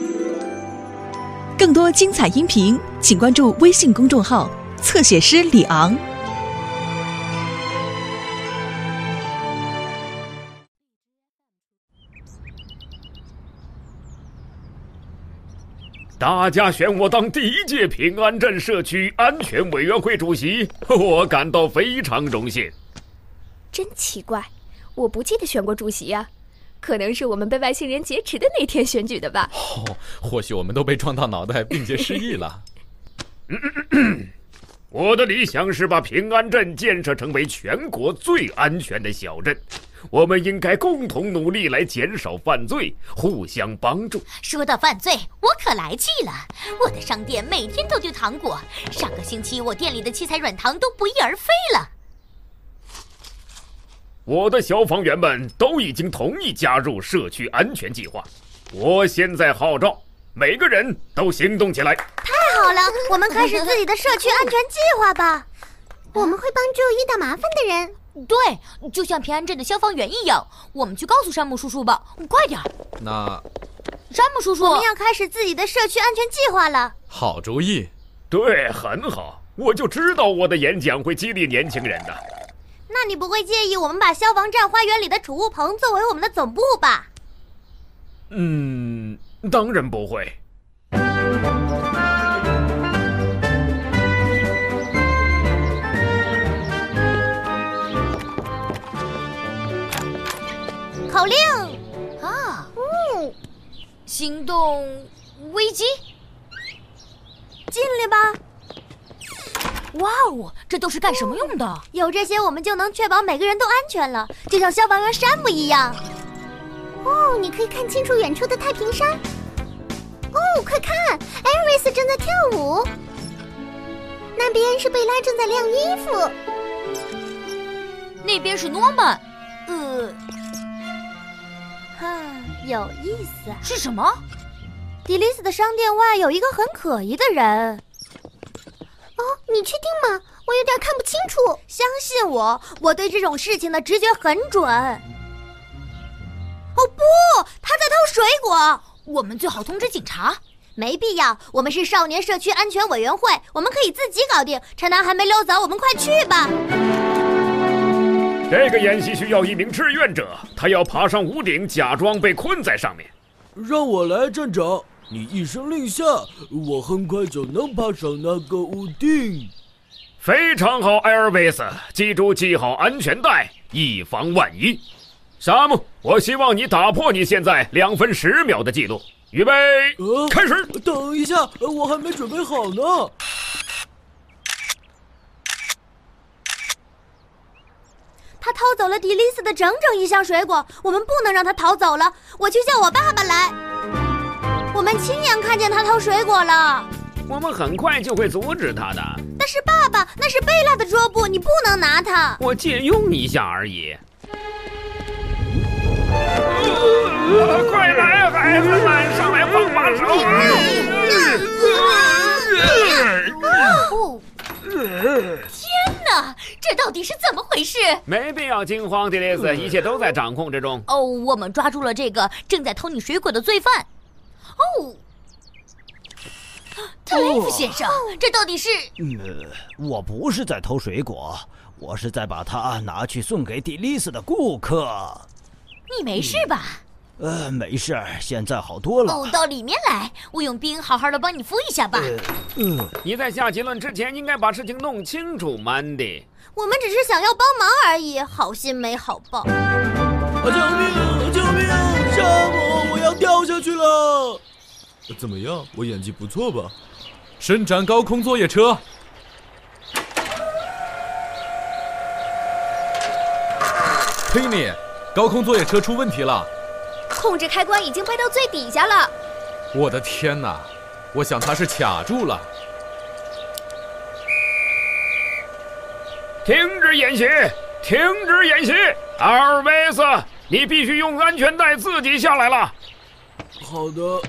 更多精彩音频，请关注微信公众号“侧写师李昂”。 大家选我当第1届平安镇社区安全委员会主席，我感到非常荣幸。 真奇怪，我不记得选过主席呀。可能是我们被外星人劫持的那天选举的吧。 或许我们都被撞到脑袋并且失忆了。 我的理想是把平安镇建设成为全国最安全的小镇。我们应该共同努力来减少犯罪，互相帮助。 说到犯罪，我可来气了。我的商店每天都丢糖果，上个星期我店里的七彩软糖都不翼而飞了。 我的消防员们都已经同意加入社区安全计划。我现在号召每个人都行动起来。 太好了，我们开始自己的社区安全计划吧。我们会帮助遇到麻烦的人。 对，就像平安镇的消防员一样，我们去告诉山姆叔叔吧，快点。 那， 山姆叔叔， 我们要开始自己的社区安全计划了。 好主意。 对，很好。我就知道我的演讲会激励年轻人的。 那你不会介意我们把消防站花园里的储物棚作为我们的总部吧？ 当然不会。 口令啊，行动危机， 进来吧。 哇哦，这都是干什么用的？ 有这些，我们就能确保每个人都安全了，就像消防员山姆一样。哦，你可以看清楚远处的太平山。哦，快看，艾瑞斯正在跳舞。那边是贝拉正在晾衣服。 那边是诺曼。 有意思。 是什么？ 迪丽斯的商店外有一个很可疑的人。哦，你确定吗？我有点看不清楚。相信我，我对这种事情的直觉很准。哦不，他在偷水果。 我们最好通知警察。 没必要，我们是少年社区安全委员会，我们可以自己搞定。趁他还没溜走，我们快去吧。 这个演习需要一名志愿者，他要爬上屋顶，假装被困在上面。 让我来，站长。你一声令下，我很快就能爬上那个屋顶。 非常好，艾尔维斯，记住系好安全带，以防万一。沙姆，我希望你打破你现在2分10秒的记录。预备，开始。 等一下，我还没准备好呢。 他偷走了迪丽斯的整整1箱水果，我们不能让他逃走了。我去叫我爸爸来。我们亲眼看见他偷水果了。 我们很快就会阻止他的。 但是爸爸，那是贝拉的桌布，你不能拿它。 我借用一下而已。快来，孩子们，上来帮把手！ 天哪，这到底是怎么回事？ 没必要惊慌，迪丽斯，一切都在掌控之中。 我们抓住了这个正在偷你水果的罪犯。特雷弗先生，这到底是…… 我不是在偷水果，我是在把它拿去送给迪丽斯的顾客。 你没事吧？ 没事，现在好多了。 到里面来，我用冰好好的帮你敷一下吧。 你在下结论之前应该把事情弄清楚，曼迪。 我们只是想要帮忙而已，好心没好报。 救命！救命！山姆，我要掉下去了。怎么样？我演技不错吧？ 伸展高空作业车。佩妮，高空作业车出问题了。 控制开关已经背到最底下了。 我的天哪，我想它是卡住了。 停止演习！停止演习！阿尔维斯，你必须用安全带自己下来了。 好的。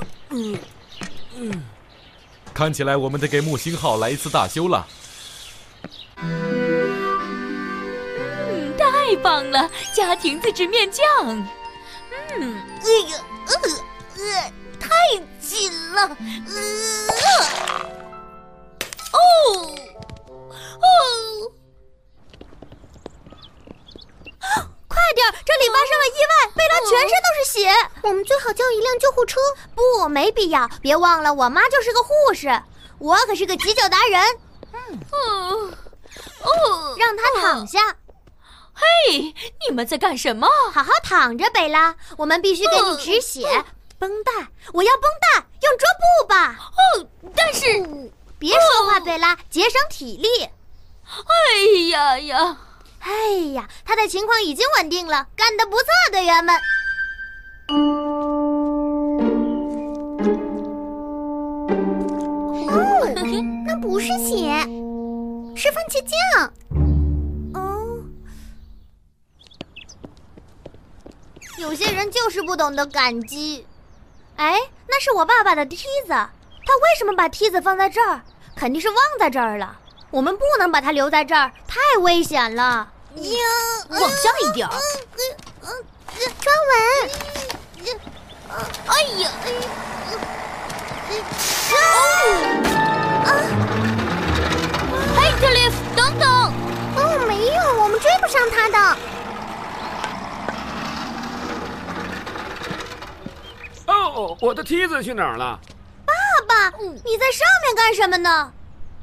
看起来我们得给木星号来一次大修了。 太棒了，家庭自制面酱。 太紧了。 快点，这里发生了意外，贝拉全身都是血。我们最好叫一辆救护车。不，没必要。别忘了，我妈就是个护士，我可是个急救达人。让她躺下。 嘿，你们在干什么？ 好好躺着，贝拉。我们必须给你止血。绷带，我要绷带，用桌布吧。 但是别说话，贝拉，节省体力。哎呀，他的情况已经稳定了，干得不错，队员们。那不是血，是番茄酱。有些人就是不懂得感激。哎，那是我爸爸的梯子，他为什么把梯子放在这儿？肯定是忘在这儿了。我们不能把它留在这儿，太危险了。 往下一点。 抓稳。 哎呀！嘿，特利夫，等等！ 没有，我们追不上他的。 我的梯子去哪儿了？ 爸爸，你在上面干什么呢？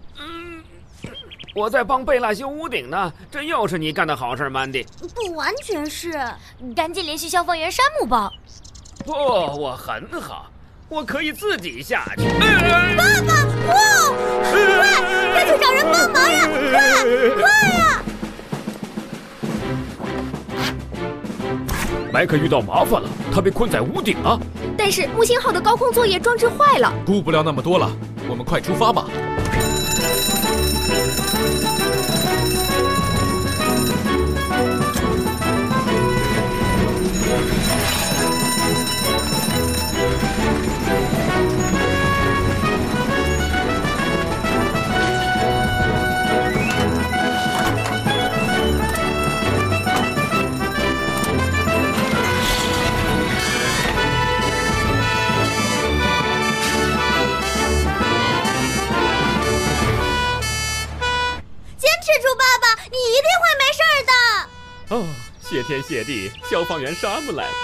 我在帮贝拉修屋顶呢。这又是你干的好事，曼迪。 不完全是。 赶紧联系消防员山姆吧。 不，我很好，我可以自己下去。 爸爸，快去找人帮忙呀！快呀！ 麦克遇到麻烦了，他被困在屋顶了。 但是木星号的高空作业装置坏了， 顾不了那么多了，我们快出发吧。 谢天谢地，消防员山姆来了。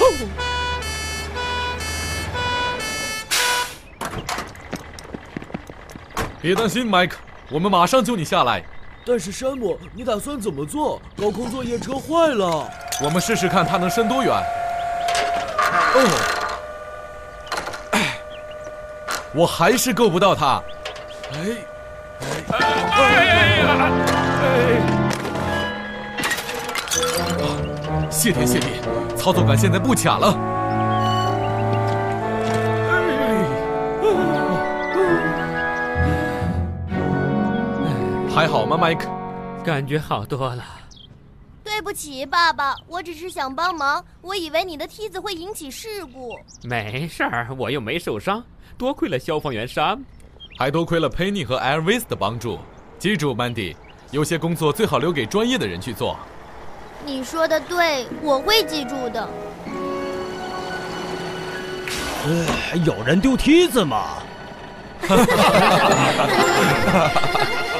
别担心，麦克，我们马上救你下来。 但是山姆，你打算怎么做？高空作业车坏了。 我们试试看它能伸多远。我还是够不到它。谢天谢地，操作杆现在不卡了。还好吗，麦克？ 感觉好多了。 对不起，爸爸，我只是想帮忙，我以为你的梯子会引起事故。 没事儿，我又没受伤，多亏了消防员山姆， 还多亏了佩妮和艾尔维斯的帮助。记住，曼迪，有些工作最好留给专业的人去做。 你说的对，我会记住的。 有人丢梯子吗？